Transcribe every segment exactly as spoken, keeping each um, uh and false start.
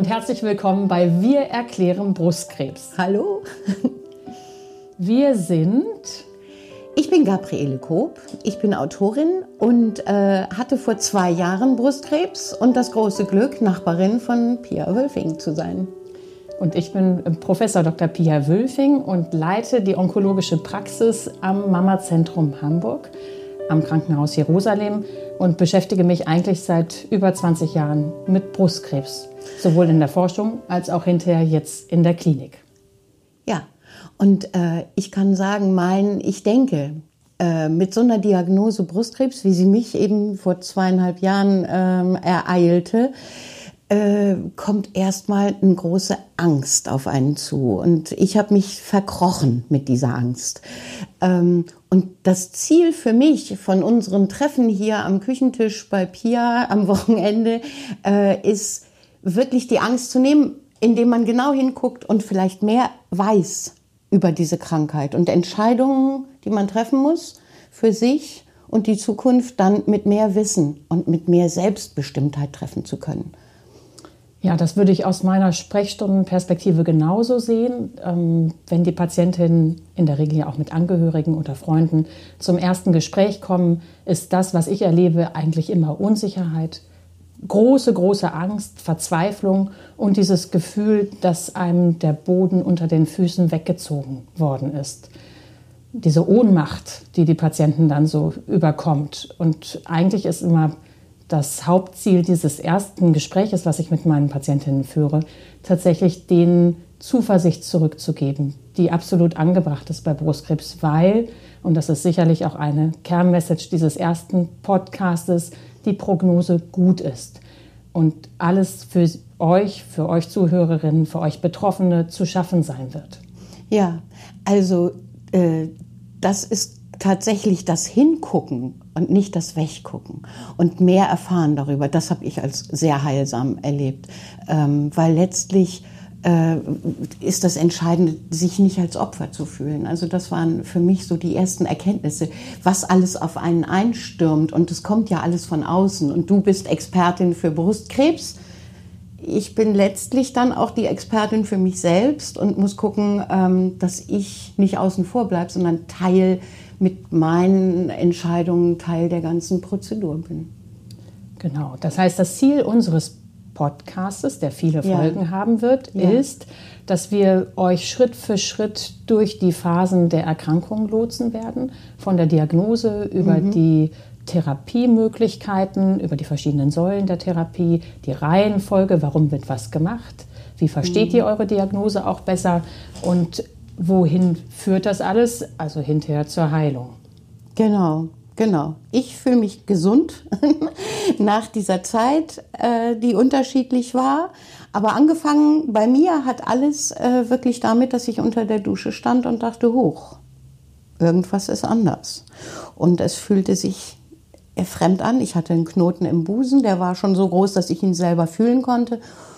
und herzlich willkommen bei Wir erklären Brustkrebs. Hallo. Wir sind... Ich bin Gabriele Koop, ich bin Autorin und äh, hatte vor zwei Jahren Brustkrebs und das große Glück, Nachbarin von Pia Wülfing zu sein. Und ich bin Professor Doktor Pia Wülfing und leite die onkologische Praxis am Mama-Zentrum Hamburg, am Krankenhaus Jerusalem und beschäftige mich eigentlich seit über zwanzig Jahren mit Brustkrebs, sowohl in der Forschung als auch hinterher jetzt in der Klinik. Ja, und äh, ich kann sagen, mein, ich denke, äh, mit so einer Diagnose Brustkrebs, wie sie mich eben vor zweieinhalb Jahren ähm, ereilte, äh, kommt erstmal eine große Angst auf einen zu. Und ich habe mich verkrochen mit dieser Angst. Ähm, und das Ziel für mich von unseren Treffen hier am Küchentisch bei Pia am Wochenende äh, ist, wirklich die Angst zu nehmen, indem man genau hinguckt und vielleicht mehr weiß über diese Krankheit und Entscheidungen, die man treffen muss für sich und die Zukunft dann mit mehr Wissen und mit mehr Selbstbestimmtheit treffen zu können. Ja, das würde ich aus meiner Sprechstundenperspektive genauso sehen. Ähm, wenn die Patientinnen in der Regel ja auch mit Angehörigen oder Freunden zum ersten Gespräch kommen, ist das, was ich erlebe, eigentlich immer Unsicherheit, große, große Angst, Verzweiflung und dieses Gefühl, dass einem der Boden unter den Füßen weggezogen worden ist. Diese Ohnmacht, die die Patienten dann so überkommt. Und eigentlich ist immer das Hauptziel dieses ersten Gespräches, was ich mit meinen Patientinnen führe, tatsächlich denen Zuversicht zurückzugeben, die absolut angebracht ist bei Brustkrebs, weil, und das ist sicherlich auch eine Kernmessage dieses ersten Podcastes, die Prognose gut ist und alles für euch, für euch Zuhörerinnen, für euch Betroffene zu schaffen sein wird. Ja, also äh, das ist tatsächlich das Hingucken und nicht das Weggucken und mehr erfahren darüber. Das habe ich als sehr heilsam erlebt, ähm, weil letztlich äh, ist das Entscheidende, sich nicht als Opfer zu fühlen. Also das waren für mich so die ersten Erkenntnisse, was alles auf einen einstürmt und es kommt ja alles von außen und du bist Expertin für Brustkrebs. Ich bin letztlich dann auch die Expertin für mich selbst und muss gucken, ähm, dass ich nicht außen vor bleibe, sondern Teil mit meinen Entscheidungen Teil der ganzen Prozedur bin. Genau, das heißt, das Ziel unseres Podcastes, der viele Folgen ja. haben wird, ja. ist, dass wir euch Schritt für Schritt durch die Phasen der Erkrankung lotsen werden, von der Diagnose über mhm. die Therapiemöglichkeiten, über die verschiedenen Säulen der Therapie, die Reihenfolge, warum wird was gemacht, wie versteht mhm. ihr eure Diagnose auch besser und wohin führt das alles? Also hinterher zur Heilung. Genau, genau. Ich fühle mich gesund nach dieser Zeit, äh, die unterschiedlich war. Aber angefangen bei mir hat alles äh, wirklich damit, dass ich unter der Dusche stand und dachte, hoch, irgendwas ist anders. Und es fühlte sich fremd an. Ich hatte einen Knoten im Busen, der war schon so groß, dass ich ihn selber fühlen konnte.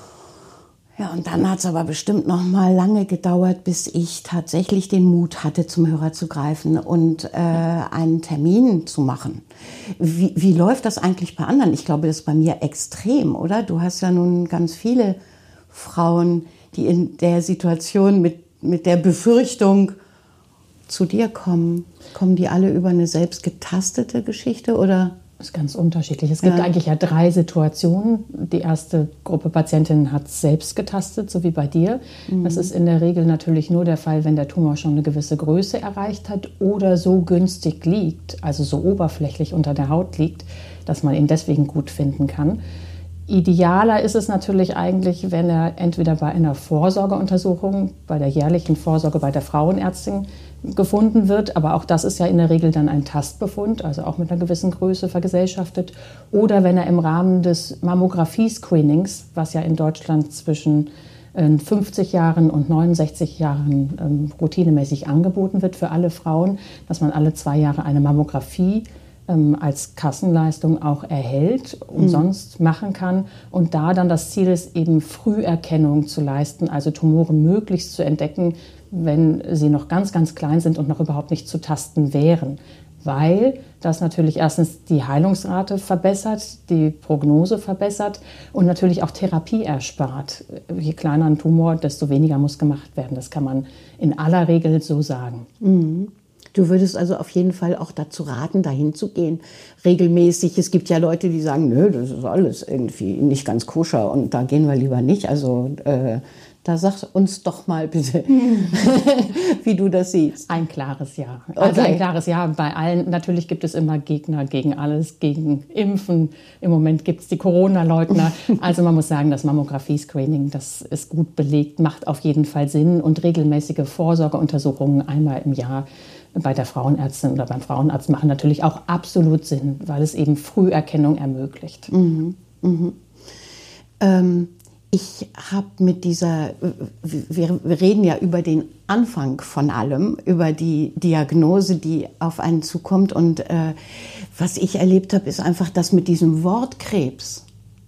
Ja, und dann hat es aber bestimmt noch mal lange gedauert, bis ich tatsächlich den Mut hatte, zum Hörer zu greifen und äh, einen Termin zu machen. Wie, wie läuft das eigentlich bei anderen? Ich glaube, das ist bei mir extrem, oder? Du hast ja nun ganz viele Frauen, die in der Situation mit, mit der Befürchtung zu dir kommen. Kommen die alle über eine selbst getastete Geschichte, oder? Das ist ganz unterschiedlich. Es gibt ja. eigentlich ja drei Situationen. Die erste Gruppe Patientinnen hat es selbst getastet, so wie bei dir. Mhm. Das ist in der Regel natürlich nur der Fall, wenn der Tumor schon eine gewisse Größe erreicht hat oder so günstig liegt, also so oberflächlich unter der Haut liegt, dass man ihn deswegen gut finden kann. Idealer ist es natürlich eigentlich, wenn er entweder bei einer Vorsorgeuntersuchung, bei der jährlichen Vorsorge bei der Frauenärztin gefunden wird, aber auch das ist ja in der Regel dann ein Tastbefund, also auch mit einer gewissen Größe vergesellschaftet, oder wenn er im Rahmen des Mammographie-Screenings, was ja in Deutschland zwischen fünfzig Jahren und neunundsechzig Jahren ähm, routinemäßig angeboten wird für alle Frauen, dass man alle zwei Jahre eine Mammographie ähm, als Kassenleistung auch erhält, umsonst mhm. machen kann. Und da dann das Ziel ist, eben Früherkennung zu leisten, also Tumore möglichst zu entdecken, wenn sie noch ganz, ganz klein sind und noch überhaupt nicht zu tasten wären. weil das natürlich erstens die Heilungsrate verbessert, die Prognose verbessert und natürlich auch Therapie erspart. Je kleiner ein Tumor, desto weniger muss gemacht werden. Das kann man in aller Regel so sagen. Mhm. Du würdest also auf jeden Fall auch dazu raten, dahin zu gehen, regelmäßig. Es gibt ja Leute, die sagen, nö, das ist alles irgendwie nicht ganz koscher und da gehen wir lieber nicht. Also äh, da sag uns doch mal bitte, wie du das siehst. Ein klares Ja. Also Okay. ein klares Ja bei allen. Natürlich gibt es immer Gegner gegen alles, gegen Impfen. Im Moment gibt es die Corona-Leugner. Also man muss sagen, das Mammographie-Screening, das ist gut belegt, macht auf jeden Fall Sinn. Und regelmäßige Vorsorgeuntersuchungen einmal im Jahr bei der Frauenärztin oder beim Frauenarzt machen natürlich auch absolut Sinn, weil es eben Früherkennung ermöglicht. Mhm. Mhm. Ähm, ich habe mit dieser, wir, wir reden ja über den Anfang von allem, über die Diagnose, die auf einen zukommt. Und äh, was ich erlebt habe, ist einfach, dass mit diesem Wort Krebs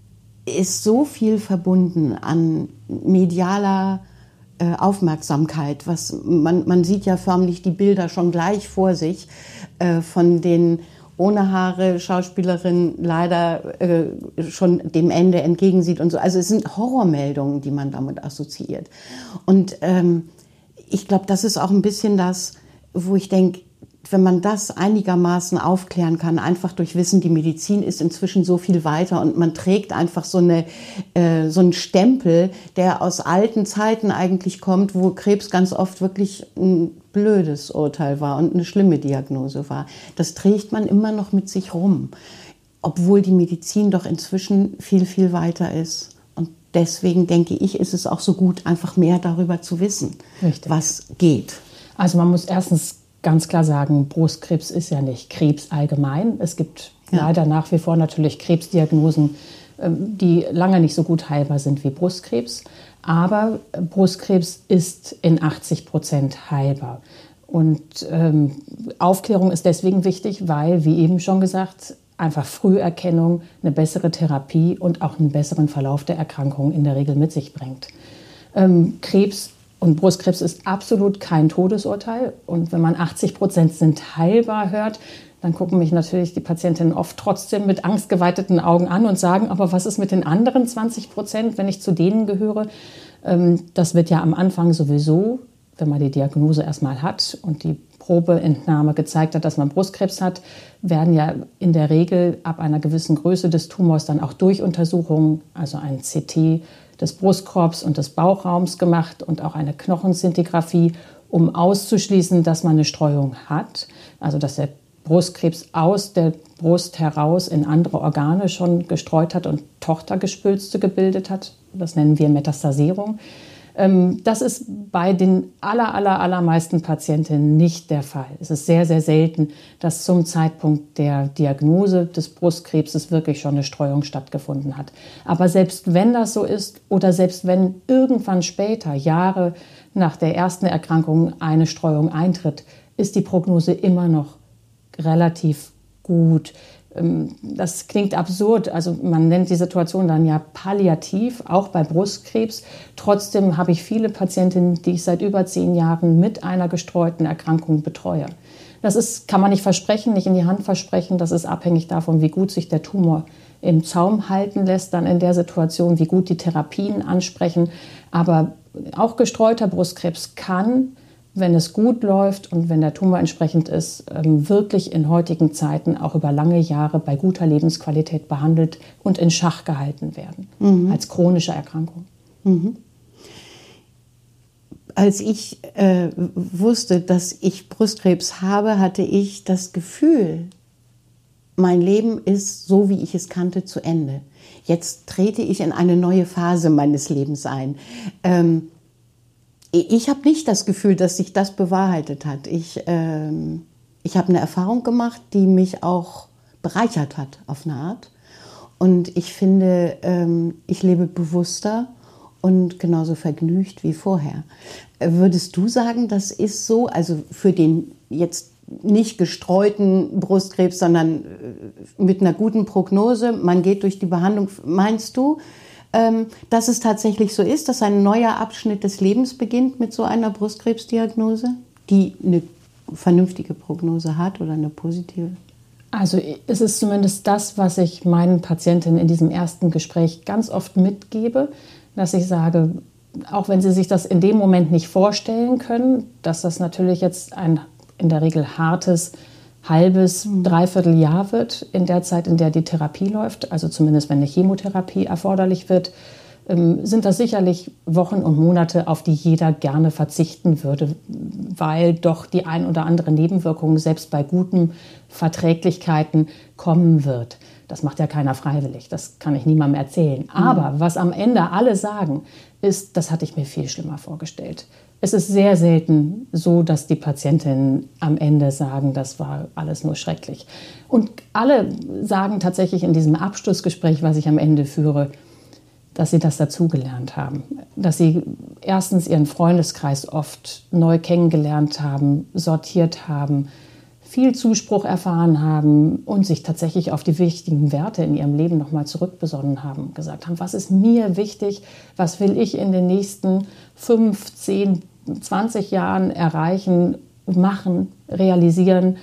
ist so viel verbunden an medialer Aufmerksamkeit. Was, man, man sieht ja förmlich die Bilder schon gleich vor sich äh, von den ohne Haare Schauspielerin leider äh, schon dem Ende entgegensieht und so. Also es sind Horrormeldungen, die man damit assoziiert. Und ähm, ich glaube, das ist auch ein bisschen das, wo ich denke, wenn man das einigermaßen aufklären kann, einfach durch Wissen, die Medizin ist inzwischen so viel weiter und man trägt einfach so, eine, äh, so einen Stempel, der aus alten Zeiten eigentlich kommt, wo Krebs ganz oft wirklich ein blödes Urteil war und eine schlimme Diagnose war. Das trägt man immer noch mit sich rum, obwohl die Medizin doch inzwischen viel, viel weiter ist. Und deswegen denke ich, ist es auch so gut, einfach mehr darüber zu wissen, Richtig. Was geht. Also man muss erstens ganz klar sagen, Brustkrebs ist ja nicht Krebs allgemein. Es gibt ja. leider nach wie vor natürlich Krebsdiagnosen, die lange nicht so gut heilbar sind wie Brustkrebs. Aber Brustkrebs ist in achtzig Prozent heilbar. Und ähm, Aufklärung ist deswegen wichtig, weil, wie eben schon gesagt, einfach Früherkennung eine bessere Therapie und auch einen besseren Verlauf der Erkrankung in der Regel mit sich bringt. Ähm, Krebs Und Brustkrebs ist absolut kein Todesurteil. Und wenn man achtzig Prozent sind heilbar hört, dann gucken mich natürlich die Patientinnen oft trotzdem mit angstgeweiteten Augen an und sagen, aber was ist mit den anderen zwanzig Prozent, wenn ich zu denen gehöre? Das wird ja am Anfang sowieso, wenn man die Diagnose erstmal hat und die Probeentnahme gezeigt hat, dass man Brustkrebs hat, werden ja in der Regel ab einer gewissen Größe des Tumors dann auch Durchuntersuchungen, also ein C T des Brustkorbs und des Bauchraums gemacht und auch eine Knochensintigraphie, um auszuschließen, dass man eine Streuung hat, also dass der Brustkrebs aus der Brust heraus in andere Organe schon gestreut hat und Tochtergespülste gebildet hat. Das nennen wir Metastasierung. Das ist bei den aller, aller, allermeisten Patientinnen nicht der Fall. Es ist sehr, sehr selten, dass zum Zeitpunkt der Diagnose des Brustkrebses wirklich schon eine Streuung stattgefunden hat. Aber selbst wenn das so ist oder selbst wenn irgendwann später, Jahre nach der ersten Erkrankung, eine Streuung eintritt, ist die Prognose immer noch relativ gut. Das klingt absurd, also man nennt die Situation dann ja palliativ, auch bei Brustkrebs. Trotzdem habe ich viele Patientinnen, die ich seit über zehn Jahren mit einer gestreuten Erkrankung betreue. Das ist, kann man nicht versprechen, nicht in die Hand versprechen. Das ist abhängig davon, wie gut sich der Tumor im Zaum halten lässt, dann in der Situation, wie gut die Therapien ansprechen. Aber auch gestreuter Brustkrebs kann, wenn es gut läuft und wenn der Tumor entsprechend ist, wirklich in heutigen Zeiten auch über lange Jahre bei guter Lebensqualität behandelt und in Schach gehalten werden, mhm. als chronische Erkrankung. Mhm. Als ich äh, wusste, dass ich Brustkrebs habe, hatte ich das Gefühl, mein Leben ist so, wie ich es kannte, zu Ende. Jetzt trete ich in eine neue Phase meines Lebens ein. Ähm, Ich habe nicht das Gefühl, dass sich das bewahrheitet hat. Ich, ähm, ich habe eine Erfahrung gemacht, die mich auch bereichert hat auf eine Art. Und ich finde, ähm, ich lebe bewusster und genauso vergnügt wie vorher. Würdest du sagen, das ist so? Also für den jetzt nicht gestreuten Brustkrebs, sondern mit einer guten Prognose, man geht durch die Behandlung. Meinst du, dass es tatsächlich so ist, dass ein neuer Abschnitt des Lebens beginnt mit so einer Brustkrebsdiagnose, die eine vernünftige Prognose hat oder eine positive? Also es ist zumindest das, was ich meinen Patientinnen in diesem ersten Gespräch ganz oft mitgebe, dass ich sage, auch wenn sie sich das in dem Moment nicht vorstellen können, dass das natürlich jetzt ein in der Regel hartes, halbes, dreiviertel Jahr wird, in der Zeit, in der die Therapie läuft, also zumindest wenn eine Chemotherapie erforderlich wird, sind das sicherlich Wochen und Monate, auf die jeder gerne verzichten würde, weil doch die ein oder andere Nebenwirkung selbst bei guten Verträglichkeiten kommen wird. Das macht ja keiner freiwillig, das kann ich niemandem erzählen. Aber was am Ende alle sagen, ist, das hatte ich mir viel schlimmer vorgestellt. Es ist sehr selten so, dass die Patientinnen am Ende sagen, das war alles nur schrecklich. Und alle sagen tatsächlich in diesem Abschlussgespräch, was ich am Ende führe, dass sie das dazugelernt haben. Dass sie erstens ihren Freundeskreis oft neu kennengelernt haben, sortiert haben, viel Zuspruch erfahren haben und sich tatsächlich auf die wichtigen Werte in ihrem Leben nochmal zurückbesonnen haben. Gesagt haben, was ist mir wichtig, was will ich in den nächsten fünf, zehn, zwanzig Jahren erreichen, machen, realisieren.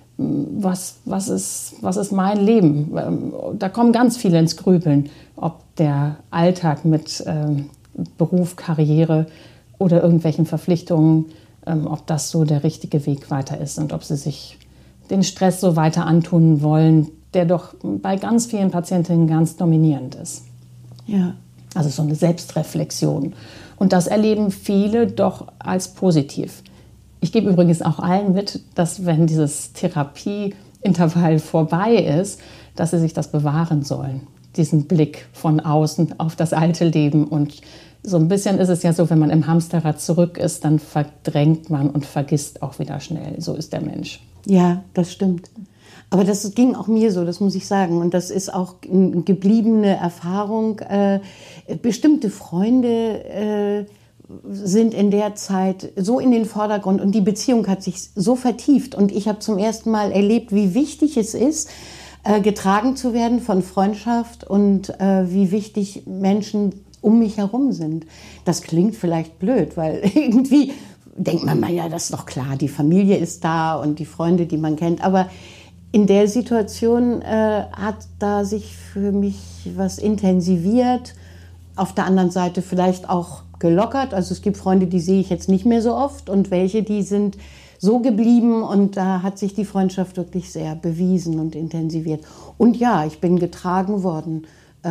Was, was, ist, was ist mein Leben? Da kommen ganz viele ins Grübeln, ob der Alltag mit ähm, Beruf, Karriere oder irgendwelchen Verpflichtungen, ähm, ob das so der richtige Weg weiter ist und ob sie sich den Stress so weiter antun wollen, der doch bei ganz vielen Patientinnen ganz dominierend ist. Ja. Also so eine Selbstreflexion. Und das erleben viele doch als positiv. Ich gebe übrigens auch allen mit, dass wenn dieses Therapieintervall vorbei ist, dass sie sich das bewahren sollen. Diesen Blick von außen auf das alte Leben. Und so ein bisschen ist es ja so, wenn man im Hamsterrad zurück ist, dann verdrängt man und vergisst auch wieder schnell. So ist der Mensch. Ja, das stimmt. Aber das ging auch mir so, das muss ich sagen. Und das ist auch eine gebliebene Erfahrung. Äh, bestimmte Freunde äh, sind in der Zeit so in den Vordergrund und die Beziehung hat sich so vertieft. Und ich habe zum ersten Mal erlebt, wie wichtig es ist, äh, getragen zu werden von Freundschaft und äh, wie wichtig Menschen um mich herum sind. Das klingt vielleicht blöd, weil irgendwie denkt man, ja, das ist doch klar, die Familie ist da und die Freunde, die man kennt. Aber in der Situation äh, hat da sich für mich was intensiviert. Auf der anderen Seite vielleicht auch gelockert. Also es gibt Freunde, die sehe ich jetzt nicht mehr so oft und welche, die sind so geblieben und da hat sich die Freundschaft wirklich sehr bewiesen und intensiviert. Und ja, ich bin getragen worden äh,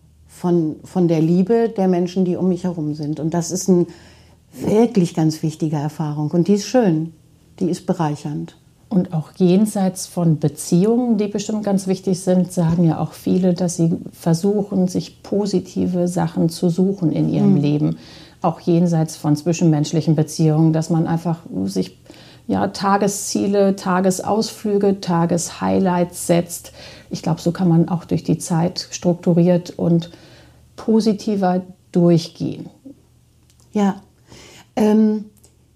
von, von der Liebe der Menschen, die um mich herum sind. Und das ist eine wirklich ganz wichtige Erfahrung und die ist schön, die ist bereichernd. Und auch jenseits von Beziehungen, die bestimmt ganz wichtig sind, sagen ja auch viele, dass sie versuchen, sich positive Sachen zu suchen in ihrem mhm. Leben. Auch jenseits von zwischenmenschlichen Beziehungen, dass man einfach sich ja, Tagesziele, Tagesausflüge, Tageshighlights setzt. Ich glaube, so kann man auch durch die Zeit strukturiert und positiver durchgehen. Ja, ähm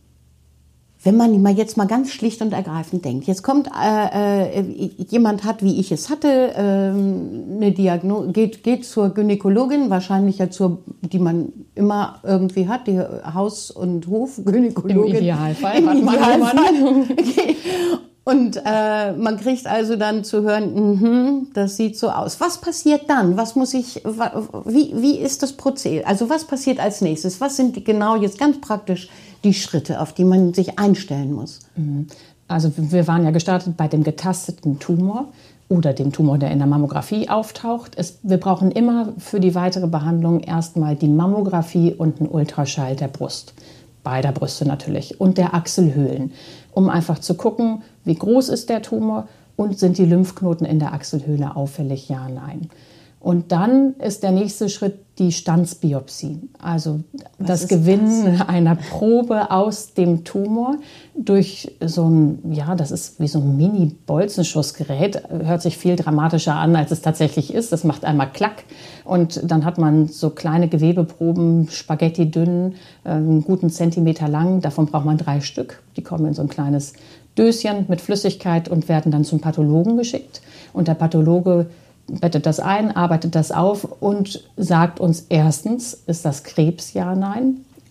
wenn man mal jetzt mal ganz schlicht und ergreifend denkt, jetzt kommt äh, äh, jemand hat, wie ich es hatte, äh, eine Diagnose, geht, geht zur Gynäkologin, wahrscheinlich ja zur, die man immer irgendwie hat, die Haus- und Hofgynäkologin. Im Idealfall. Im Idealfall. Okay. Und äh, man kriegt also dann zu hören, mm-hmm, das sieht so aus. Was passiert dann? Was muss ich, wie, wie ist das Prozedere? Also was passiert als nächstes? Was sind die, genau jetzt ganz praktisch die Schritte, auf die man sich einstellen muss? Also wir waren ja gestartet bei dem getasteten Tumor oder dem Tumor, der in der Mammographie auftaucht. Es, wir brauchen immer für die weitere Behandlung erstmal die Mammographie und einen Ultraschall der Brust. Beider Brüste natürlich und der Achselhöhlen, um einfach zu gucken, wie groß ist der Tumor und sind die Lymphknoten in der Achselhöhle auffällig, ja, nein. Und dann ist der nächste Schritt die Stanzbiopsie, also Was das Gewinnen das? einer Probe aus dem Tumor durch so ein, ja, das ist wie so ein Mini-Bolzenschussgerät, hört sich viel dramatischer an, als es tatsächlich ist. Das macht einmal Klack und dann hat man so kleine Gewebeproben, Spaghetti dünn, einen guten Zentimeter lang, davon braucht man drei Stück. Die kommen in so ein kleines Döschen mit Flüssigkeit und werden dann zum Pathologen geschickt und der Pathologe bettet das ein, arbeitet das auf und sagt uns erstens, ist das Krebs, ja, nein?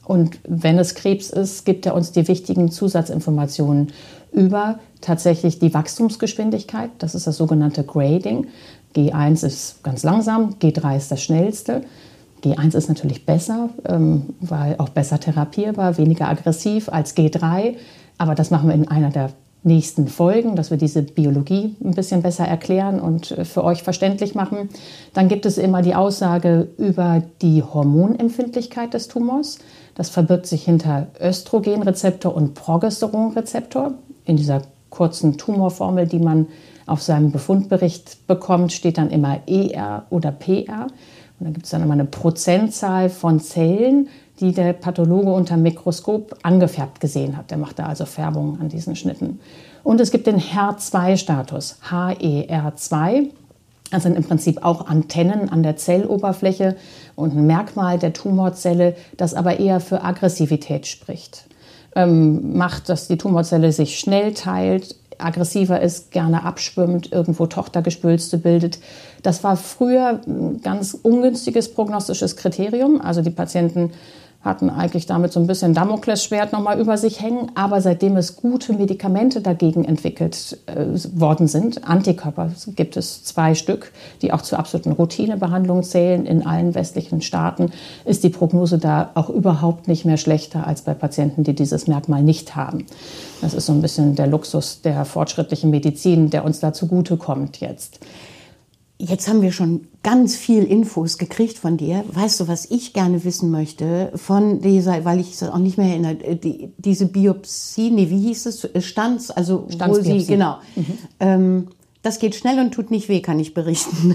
Und wenn es Krebs ist, gibt er uns die wichtigen Zusatzinformationen über tatsächlich die Wachstumsgeschwindigkeit. Das ist das sogenannte Grading. G eins ist ganz langsam, G drei ist das schnellste. G eins ist natürlich besser, weil auch besser therapierbar, weniger aggressiv als G drei. Aber das machen wir in einer der nächsten Folgen, dass wir diese Biologie ein bisschen besser erklären und für euch verständlich machen. Dann gibt es immer die Aussage über die Hormonempfindlichkeit des Tumors. Das verbirgt sich hinter Östrogenrezeptor und Progesteronrezeptor. In dieser kurzen Tumorformel, die man auf seinem Befundbericht bekommt, steht dann immer E R oder P R. Und dann gibt es dann immer eine Prozentzahl von Zellen, die der Pathologe unter dem Mikroskop angefärbt gesehen hat. Der macht da also Färbungen an diesen Schnitten. Und es gibt den H E R zwei Status, H E R zwei. Das sind im Prinzip auch Antennen an der Zelloberfläche und ein Merkmal der Tumorzelle, das aber eher für Aggressivität spricht. Ähm, macht, dass die Tumorzelle sich schnell teilt, aggressiver ist, gerne abschwimmt, irgendwo Tochtergespülste bildet. Das war früher ein ganz ungünstiges prognostisches Kriterium. Also die Patienten hatten eigentlich damit so ein bisschen Damoklesschwert nochmal über sich hängen. Aber seitdem es gute Medikamente dagegen entwickelt äh, worden sind, Antikörper gibt es zwei Stück, die auch zur absoluten Routinebehandlung zählen in allen westlichen Staaten, ist die Prognose da auch überhaupt nicht mehr schlechter als bei Patienten, die dieses Merkmal nicht haben. Das ist so ein bisschen der Luxus der fortschrittlichen Medizin, der uns da zugutekommt jetzt. Jetzt haben wir schon ganz viel Infos gekriegt von dir. Weißt du, was ich gerne wissen möchte von dieser, weil ich es auch nicht mehr erinnere, die, diese Biopsie, nee, wie hieß es, Stanz, also wo sie, genau. Mhm. Ähm, das geht schnell und tut nicht weh, kann ich berichten.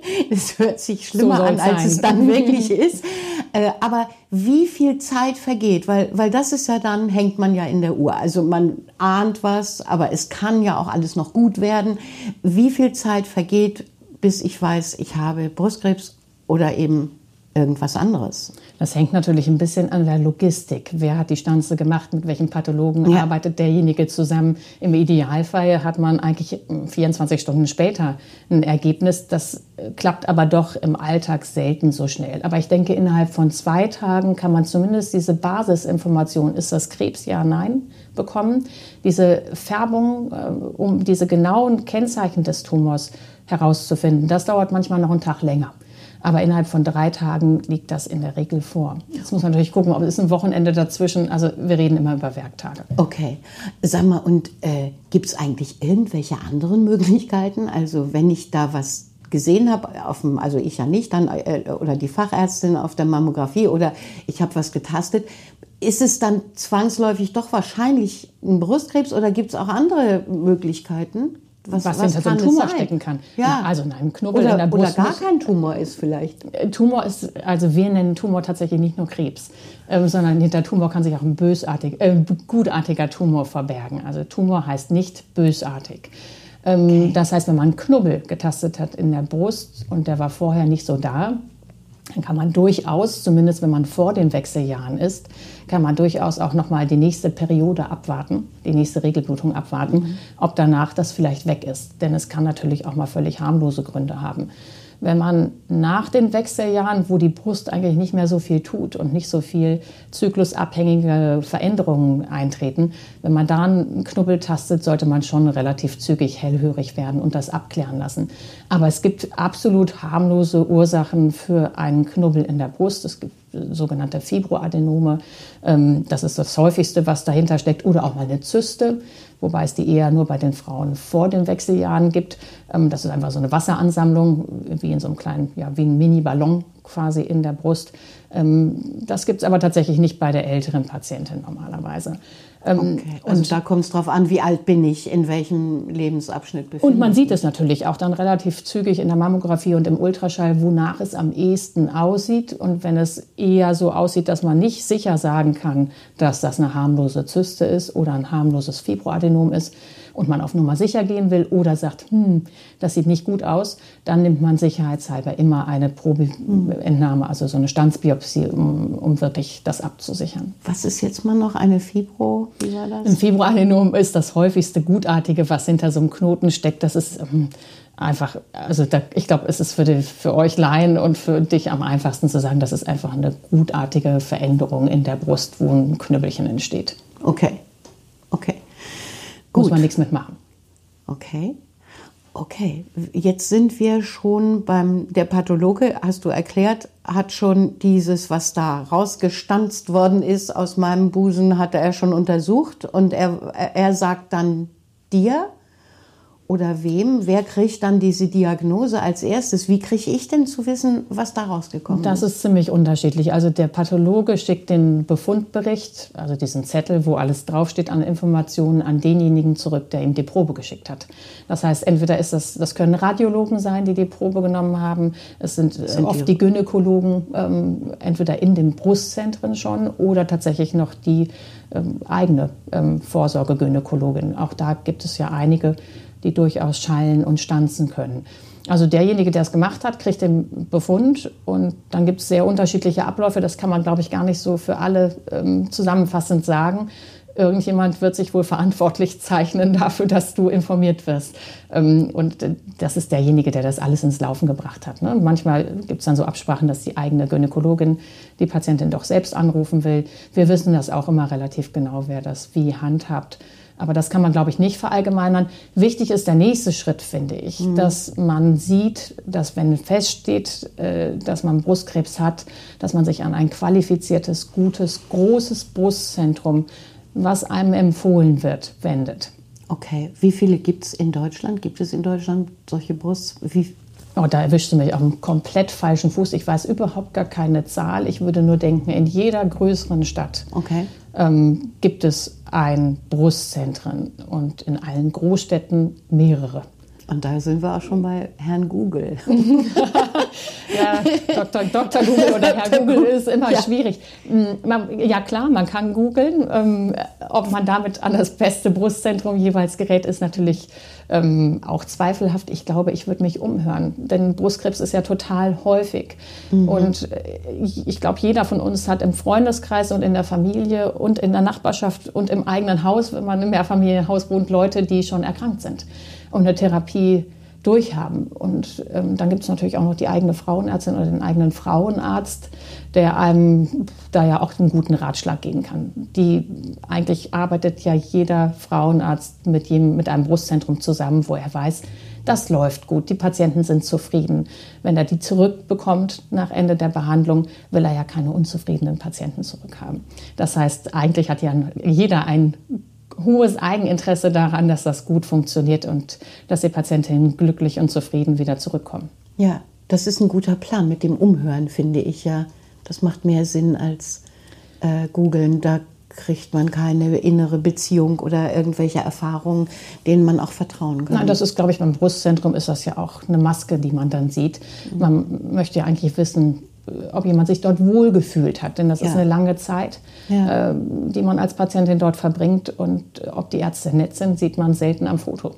Es hört sich schlimmer so an, als sein. Es dann wirklich ist. Äh, aber wie viel Zeit vergeht, weil, weil das ist ja dann, hängt man ja in der Uhr. Also man ahnt was, aber es kann ja auch alles noch gut werden. Wie viel Zeit vergeht, bis ich weiß, ich habe Brustkrebs oder eben irgendwas anderes? Das hängt natürlich ein bisschen an der Logistik. Wer hat die Stanze gemacht, mit welchem Pathologen ja. arbeitet derjenige zusammen? Im Idealfall hat man eigentlich vierundzwanzig Stunden später ein Ergebnis. Das klappt aber doch im Alltag selten so schnell. Aber ich denke, innerhalb von zwei Tagen kann man zumindest diese Basisinformation, ist das Krebs, ja, nein, bekommen. Diese Färbung, um diese genauen Kennzeichen des Tumors herauszufinden, das dauert manchmal noch einen Tag länger. Aber innerhalb von drei Tagen liegt das in der Regel vor. Jetzt muss man natürlich gucken, ob es ein Wochenende dazwischen, also wir reden immer über Werktage. Okay. Sag mal, und äh, gibt es eigentlich irgendwelche anderen Möglichkeiten? Also wenn ich da was gesehen habe, auf dem, also ich ja nicht, dann äh, oder die Fachärztin auf der Mammographie oder ich habe was getastet, ist es dann zwangsläufig doch wahrscheinlich ein Brustkrebs oder gibt es auch andere Möglichkeiten? Was, was, was hinter so einem Tumor stecken kann. Ja. Na, also in einem Knubbel oder, in der Brust. Oder gar kein Tumor ist vielleicht. Tumor ist, also wir nennen Tumor tatsächlich nicht nur Krebs, äh, sondern hinter Tumor kann sich auch ein bösartig, äh, gutartiger Tumor verbergen. Also Tumor heißt nicht bösartig. Ähm, okay. Das heißt, wenn man einen Knubbel getastet hat in der Brust und der war vorher nicht so da, dann kann man durchaus, zumindest wenn man vor den Wechseljahren ist, kann man durchaus auch noch mal die nächste Periode abwarten, die nächste Regelblutung abwarten, mhm. ob danach das vielleicht weg ist. Denn es kann natürlich auch mal völlig harmlose Gründe haben. Wenn man nach den Wechseljahren, wo die Brust eigentlich nicht mehr so viel tut und nicht so viel zyklusabhängige Veränderungen eintreten, wenn man da einen Knubbel tastet, sollte man schon relativ zügig hellhörig werden und das abklären lassen. Aber es gibt absolut harmlose Ursachen für einen Knubbel in der Brust. Es gibt sogenannte Fibroadenome. Das ist das häufigste, was dahinter steckt. Oder auch mal eine Zyste, wobei es die eher nur bei den Frauen vor den Wechseljahren gibt. Das ist einfach so eine Wasseransammlung, wie in so einem kleinen, ja, wie ein Mini-Ballon quasi in der Brust. Das gibt es aber tatsächlich nicht bei der älteren Patientin normalerweise. Okay. Also und da kommt es drauf an, wie alt bin ich, in welchem Lebensabschnitt befinde ich mich. Und man sieht es natürlich auch dann relativ zügig in der Mammographie und im Ultraschall, wonach es am ehesten aussieht. Und wenn es eher so aussieht, dass man nicht sicher sagen kann, dass das eine harmlose Zyste ist oder ein harmloses Fibroadenom ist und man auf Nummer sicher gehen will oder sagt, hm, das sieht nicht gut aus, dann nimmt man sicherheitshalber immer eine Probeentnahme, also so eine Stanzbiopsie, um, um wirklich das abzusichern. Was ist jetzt mal noch eine Fibro? Wie war das? Ein Fibroadenom ist das häufigste Gutartige, was hinter so einem Knoten steckt. Das ist ähm, einfach, also da, ich glaube, es ist für, die, für euch Laien und für dich am einfachsten zu sagen, das ist einfach eine gutartige Veränderung in der Brust, wo ein Knüppelchen entsteht. Okay, okay. Gut. Muss man nichts mitmachen. Okay. Okay, jetzt sind wir schon beim, der Pathologe, hast du erklärt, hat schon dieses, was da rausgestanzt worden ist aus meinem Busen, hat er schon untersucht und er, er sagt dann dir oder wem, wer kriegt dann diese Diagnose als erstes? Wie kriege ich denn zu wissen, was da rausgekommen ist? Das ist ziemlich unterschiedlich. Also der Pathologe schickt den Befundbericht, also diesen Zettel, wo alles draufsteht an Informationen, an denjenigen zurück, der ihm die Probe geschickt hat. Das heißt, entweder ist das, das können Radiologen sein, die die Probe genommen haben. Es sind, sind oft die, die Gynäkologen, ähm, entweder in den Brustzentren schon oder tatsächlich noch die ähm, eigene ähm, Vorsorgegynäkologin. Auch da gibt es ja einige, die durchaus schallen und stanzen können. Also derjenige, der es gemacht hat, kriegt den Befund und dann gibt es sehr unterschiedliche Abläufe. Das kann man, glaube ich, gar nicht so für alle ähm, zusammenfassend sagen. Irgendjemand wird sich wohl verantwortlich zeichnen dafür, dass du informiert wirst. Ähm, und das ist derjenige, der das alles ins Laufen gebracht hat. Ne? Und manchmal gibt es dann so Absprachen, dass die eigene Gynäkologin die Patientin doch selbst anrufen will. Wir wissen das auch immer relativ genau, wer das wie handhabt. Aber das kann man, glaube ich, nicht verallgemeinern. Wichtig ist der nächste Schritt, finde ich, mhm. dass man sieht, dass wenn feststeht, dass man Brustkrebs hat, dass man sich an ein qualifiziertes, gutes, großes Brustzentrum, was einem empfohlen wird, wendet. Okay, wie viele gibt es in Deutschland? Gibt es in Deutschland solche Brust? Wie Oh, da erwischst du mich auf einem komplett falschen Fuß. Ich weiß überhaupt gar keine Zahl. Ich würde nur denken, in jeder größeren Stadt okay. ähm, gibt es ein Brustzentrum und in allen Großstädten mehrere. Und da sind wir auch schon bei Herrn Google. Ja, Doktor, Doktor Google oder Herr Google ist immer ja. schwierig. Ja klar, man kann googeln. Ähm, ob man damit an das beste Brustzentrum jeweils gerät, ist natürlich ähm, auch zweifelhaft. Ich glaube, ich würde mich umhören, denn Brustkrebs ist ja total häufig. Mhm. Und ich, ich glaube, jeder von uns hat im Freundeskreis und in der Familie und in der Nachbarschaft und im eigenen Haus, wenn man im Mehrfamilienhaus wohnt, Leute, die schon erkrankt sind und eine Therapie durchhaben. Und ähm, dann gibt es natürlich auch noch die eigene Frauenärztin oder den eigenen Frauenarzt, der einem da ja auch einen guten Ratschlag geben kann. Die eigentlich arbeitet ja jeder Frauenarzt mit, jedem, mit einem Brustzentrum zusammen, wo er weiß, das läuft gut, die Patienten sind zufrieden. Wenn er die zurückbekommt nach Ende der Behandlung, will er ja keine unzufriedenen Patienten zurückhaben. Das heißt, eigentlich hat ja jeder ein hohes Eigeninteresse daran, dass das gut funktioniert und dass die Patientinnen glücklich und zufrieden wieder zurückkommen. Ja, das ist ein guter Plan mit dem Umhören, finde ich ja. Das macht mehr Sinn als äh, googeln. Da kriegt man keine innere Beziehung oder irgendwelche Erfahrungen, denen man auch vertrauen kann. Nein, das ist, glaube ich, beim Brustzentrum ist das ja auch eine Maske, die man dann sieht. Mhm. Man möchte ja eigentlich wissen, ob jemand sich dort wohlgefühlt hat. Denn das ja. ist eine lange Zeit, ja. äh, die man als Patientin dort verbringt. Und ob die Ärzte nett sind, sieht man selten am Foto.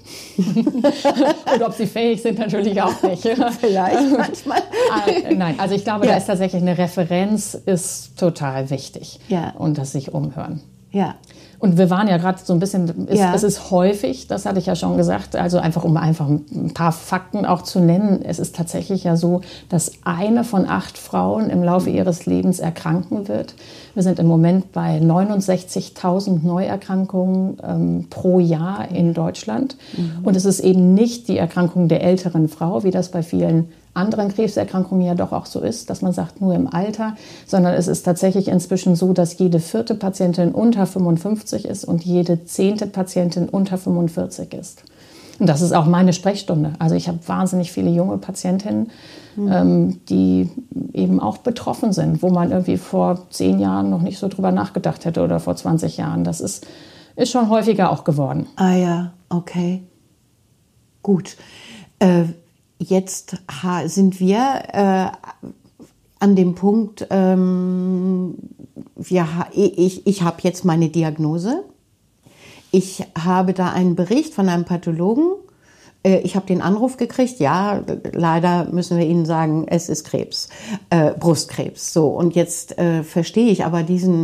Und ob sie fähig sind, natürlich auch nicht. Vielleicht manchmal. äh, nein, also ich glaube, ja. da ist tatsächlich eine Referenz ist total wichtig. Ja. Und das sich umhören. Ja. Und wir waren ja gerade so ein bisschen, es, ja. es ist häufig, das hatte ich ja schon gesagt, also einfach um einfach ein paar Fakten auch zu nennen. Es ist tatsächlich ja so, dass eine von acht Frauen im Laufe ihres Lebens erkranken wird. Wir sind im Moment bei neunundsechzigtausend Neuerkrankungen ähm, pro Jahr in Deutschland. Mhm. Und es ist eben nicht die Erkrankung der älteren Frau, wie das bei vielen anderen Krebserkrankungen ja doch auch so ist, dass man sagt, nur im Alter, sondern es ist tatsächlich inzwischen so, dass jede vierte Patientin unter fünfundfünfzig ist und jede zehnte Patientin unter fünfundvierzig ist. Und das ist auch meine Sprechstunde. Also ich habe wahnsinnig viele junge Patientinnen, mhm. ähm, die eben auch betroffen sind, wo man irgendwie vor zehn Jahren noch nicht so drüber nachgedacht hätte oder vor zwanzig Jahren. Das ist, ist schon häufiger auch geworden. Ah ja, okay. Gut. Äh, Jetzt sind wir äh, an dem Punkt, ähm, wir, ich, ich habe jetzt meine Diagnose. Ich habe da einen Bericht von einem Pathologen. Äh, ich habe den Anruf gekriegt, ja, leider müssen wir Ihnen sagen, es ist Krebs, äh, Brustkrebs. So, und jetzt äh, verstehe ich aber diesen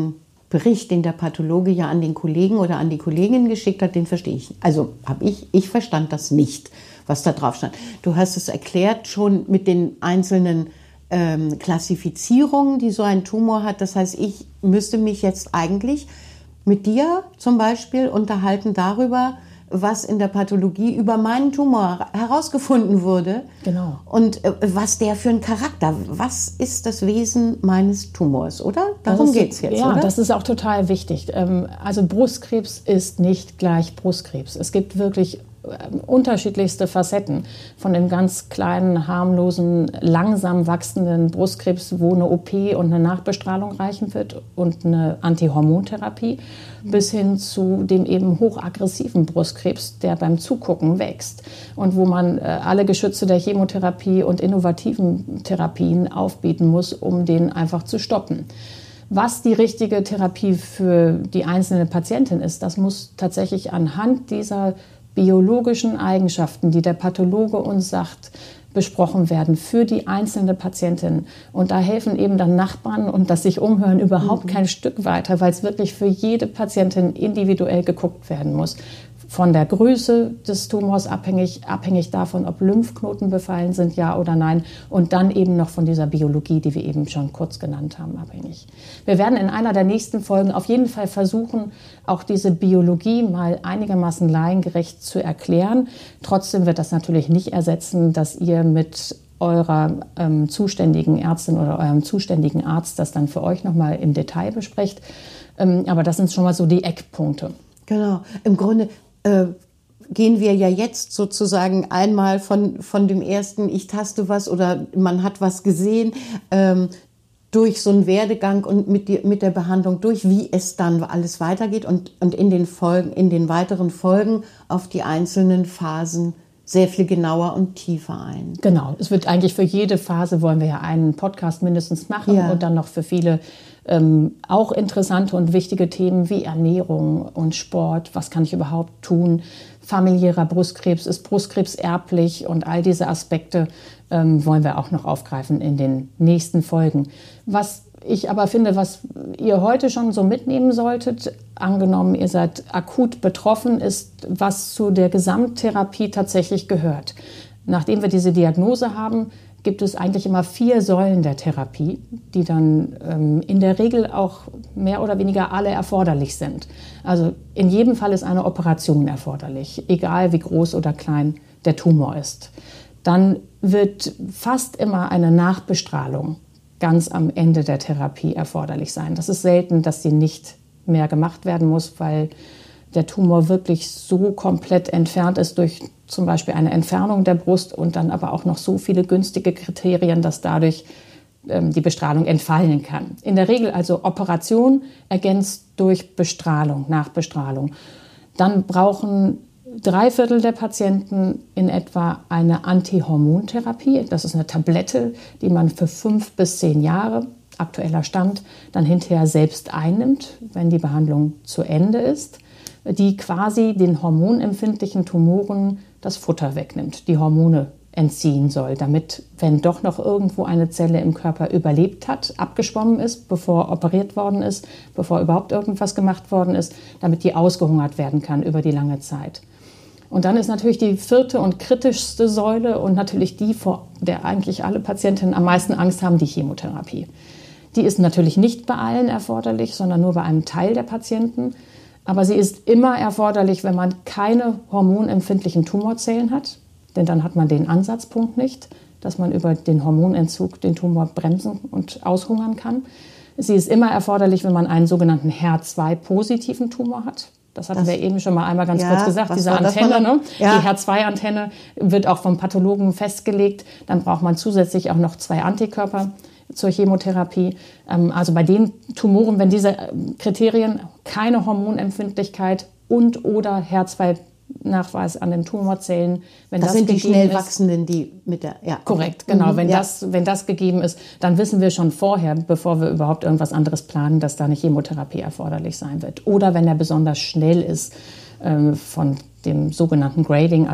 Bericht, den der Pathologe ja an den Kollegen oder an die Kollegin geschickt hat, den verstehe ich. Also habe ich, ich verstand das nicht, was da drauf stand. Du hast es erklärt schon mit den einzelnen ähm, Klassifizierungen, die so ein Tumor hat. Das heißt, ich müsste mich jetzt eigentlich mit dir zum Beispiel unterhalten darüber, was in der Pathologie über meinen Tumor herausgefunden wurde. Genau. Und äh, was der für ein Charakter, was ist das Wesen meines Tumors, oder? Darum geht es jetzt, ja, oder? Ja, das ist auch total wichtig. Also Brustkrebs ist nicht gleich Brustkrebs. Es gibt wirklich unterschiedlichste Facetten, von dem ganz kleinen, harmlosen, langsam wachsenden Brustkrebs, wo eine O P und eine Nachbestrahlung reichen wird und eine Antihormontherapie, mhm. bis hin zu dem eben hochaggressiven Brustkrebs, der beim Zugucken wächst und wo man alle Geschütze der Chemotherapie und innovativen Therapien aufbieten muss, um den einfach zu stoppen. Was die richtige Therapie für die einzelne Patientin ist, das muss tatsächlich anhand dieser biologischen Eigenschaften, die der Pathologe uns sagt, besprochen werden für die einzelne Patientin. Und da helfen eben dann Nachbarn und das sich umhören überhaupt mhm. kein Stück weiter, weil es wirklich für jede Patientin individuell geguckt werden muss. Von der Größe des Tumors abhängig, abhängig davon, ob Lymphknoten befallen sind, ja oder nein. Und dann eben noch von dieser Biologie, die wir eben schon kurz genannt haben, abhängig. Wir werden in einer der nächsten Folgen auf jeden Fall versuchen, auch diese Biologie mal einigermaßen laiengerecht zu erklären. Trotzdem wird das natürlich nicht ersetzen, dass ihr mit eurer ähm, zuständigen Ärztin oder eurem zuständigen Arzt das dann für euch nochmal im Detail besprecht. Ähm, aber das sind schon mal so die Eckpunkte. Genau, im Grunde äh, gehen wir ja jetzt sozusagen einmal von, von dem ersten, ich taste was oder man hat was gesehen, ähm, durch so einen Werdegang und mit, die, mit der Behandlung durch, wie es dann alles weitergeht und, und in den Folgen, in den weiteren Folgen auf die einzelnen Phasen sehr viel genauer und tiefer ein. Genau, es wird eigentlich für jede Phase wollen wir ja einen Podcast mindestens machen ja. und dann noch für viele ähm, auch interessante und wichtige Themen wie Ernährung und Sport, was kann ich überhaupt tun, familiärer Brustkrebs, ist Brustkrebs erblich und all diese Aspekte ähm, wollen wir auch noch aufgreifen in den nächsten Folgen. Was ich aber finde, was ihr heute schon so mitnehmen solltet, angenommen, ihr seid akut betroffen, ist, was zu der Gesamttherapie tatsächlich gehört. Nachdem wir diese Diagnose haben, gibt es eigentlich immer vier Säulen der Therapie, die dann ähm, in der Regel auch mehr oder weniger alle erforderlich sind. Also in jedem Fall ist eine Operation erforderlich, egal wie groß oder klein der Tumor ist. Dann wird fast immer eine Nachbestrahlung ganz am Ende der Therapie erforderlich sein. Das ist selten, dass sie nicht mehr gemacht werden muss, weil der Tumor wirklich so komplett entfernt ist durch zum Beispiel eine Entfernung der Brust und dann aber auch noch so viele günstige Kriterien, dass dadurch ähm, die Bestrahlung entfallen kann. In der Regel also Operation ergänzt durch Bestrahlung, Nachbestrahlung. Dann brauchen drei Viertel der Patienten in etwa eine Antihormontherapie. Das ist eine Tablette, die man für fünf bis zehn Jahre, aktueller Stand, dann hinterher selbst einnimmt, wenn die Behandlung zu Ende ist, die quasi den hormonempfindlichen Tumoren das Futter wegnimmt, die Hormone entziehen soll, damit, wenn doch noch irgendwo eine Zelle im Körper überlebt hat, abgeschwommen ist, bevor operiert worden ist, bevor überhaupt irgendwas gemacht worden ist, damit die ausgehungert werden kann über die lange Zeit. Und dann ist natürlich die vierte und kritischste Säule und natürlich die, vor der eigentlich alle Patientinnen am meisten Angst haben, die Chemotherapie. Die ist natürlich nicht bei allen erforderlich, sondern nur bei einem Teil der Patienten. Aber sie ist immer erforderlich, wenn man keine hormonempfindlichen Tumorzellen hat. Denn dann hat man den Ansatzpunkt nicht, dass man über den Hormonentzug den Tumor bremsen und aushungern kann. Sie ist immer erforderlich, wenn man einen sogenannten H E R zwei positiven Tumor hat. Das hatten das, wir eben schon mal einmal ganz ja, kurz gesagt, diese Antenne, ne? Ja. Die H E R zwei Antenne wird auch vom Pathologen festgelegt. Dann braucht man zusätzlich auch noch zwei Antikörper zur Chemotherapie. Also bei den Tumoren, wenn diese Kriterien, keine Hormonempfindlichkeit und oder H E R zwei Nachweis an den Tumorzellen, wenn das, das sind die schnell wachsenden, die mit der, ja. Korrekt, genau. Mhm, wenn, ja. das, wenn das gegeben ist, dann wissen wir schon vorher, bevor wir überhaupt irgendwas anderes planen, dass da eine Chemotherapie erforderlich sein wird. Oder wenn er besonders schnell ist, äh, von dem sogenannten Grading, also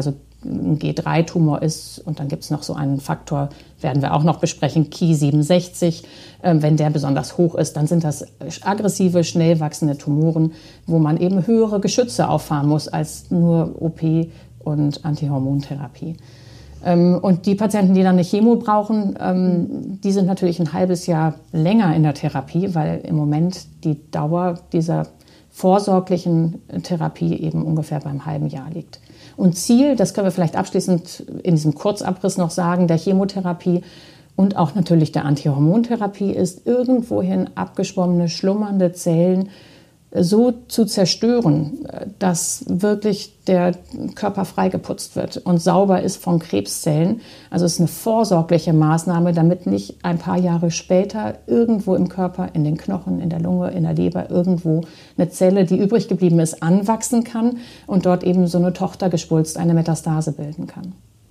ein G drei Tumor ist. Und dann gibt es noch so einen Faktor, werden wir auch noch besprechen, Ki siebenundsechzig. Äh, wenn der besonders hoch ist, dann sind das aggressive, schnell wachsende Tumoren, wo man eben höhere Geschütze auffahren muss als nur O P und Antihormontherapie. Ähm, und die Patienten, die dann eine Chemo brauchen, ähm, die sind natürlich ein halbes Jahr länger in der Therapie, weil im Moment die Dauer dieser vorsorglichen Therapie eben ungefähr beim halben Jahr liegt. Und Ziel, das können wir vielleicht abschließend in diesem Kurzabriss noch sagen, der Chemotherapie und auch natürlich der Antihormontherapie ist, irgendwohin abgeschwommene, schlummernde Zellen so zu zerstören, dass wirklich der Körper freigeputzt wird und sauber ist von Krebszellen. Also es ist eine vorsorgliche Maßnahme, damit nicht ein paar Jahre später irgendwo im Körper, in den Knochen, in der Lunge, in der Leber, irgendwo eine Zelle, die übrig geblieben ist, anwachsen kann und dort eben so eine Tochtergespulst, eine Metastase bilden kann.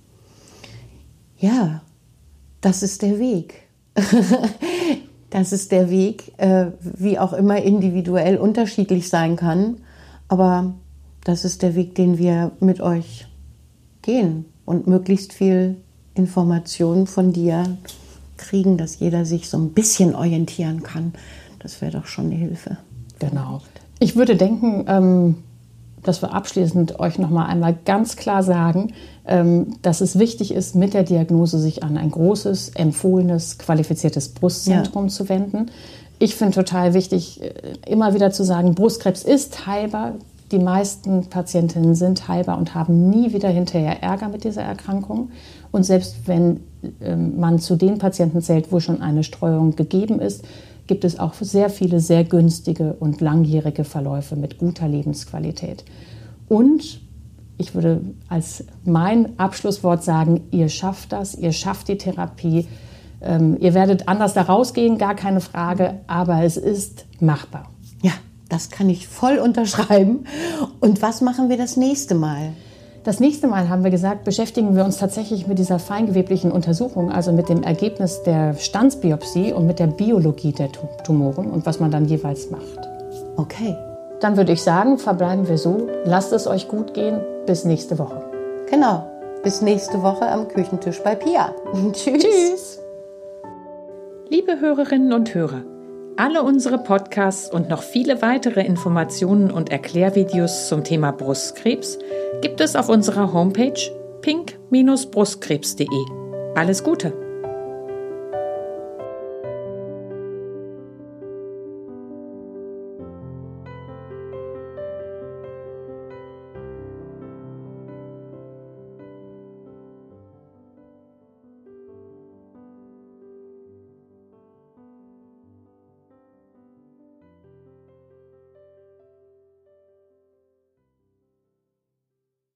Ja, das ist der Weg. Das ist der Weg, äh, wie auch immer individuell unterschiedlich sein kann. Aber das ist der Weg, den wir mit euch gehen und möglichst viel Informationen von dir kriegen, dass jeder sich so ein bisschen orientieren kann. Das wäre doch schon eine Hilfe. Genau. Ich würde denken, ähm, dass wir abschließend euch noch mal einmal ganz klar sagen, ähm, dass es wichtig ist, mit der Diagnose sich an ein großes, empfohlenes, qualifiziertes Brustzentrum ja. zu wenden. Ich finde total wichtig, immer wieder zu sagen, Brustkrebs ist heilbar. Die meisten Patientinnen sind heilbar und haben nie wieder hinterher Ärger mit dieser Erkrankung. Und selbst wenn ähm, man zu den Patienten zählt, wo schon eine Streuung gegeben ist, gibt es auch sehr viele sehr günstige und langjährige Verläufe mit guter Lebensqualität. Und ich würde als mein Abschlusswort sagen, ihr schafft das, ihr schafft die Therapie. Ähm, ihr werdet anders da rausgehen, gar keine Frage, aber es ist machbar. Ja, das kann ich voll unterschreiben. Und was machen wir das nächste Mal? Das nächste Mal, haben wir gesagt, beschäftigen wir uns tatsächlich mit dieser feingeweblichen Untersuchung, also mit dem Ergebnis der Standsbiopsie und mit der Biologie der Tumoren und was man dann jeweils macht. Okay. Dann würde ich sagen, verbleiben wir so. Lasst es euch gut gehen. Bis nächste Woche. Genau. Bis nächste Woche am Küchentisch bei Pia. Tschüss. Tschüss. Liebe Hörerinnen und Hörer, alle unsere Podcasts und noch viele weitere Informationen und Erklärvideos zum Thema Brustkrebs gibt es auf unserer Homepage pink Bindestrich brustkrebs punkt de. Alles Gute!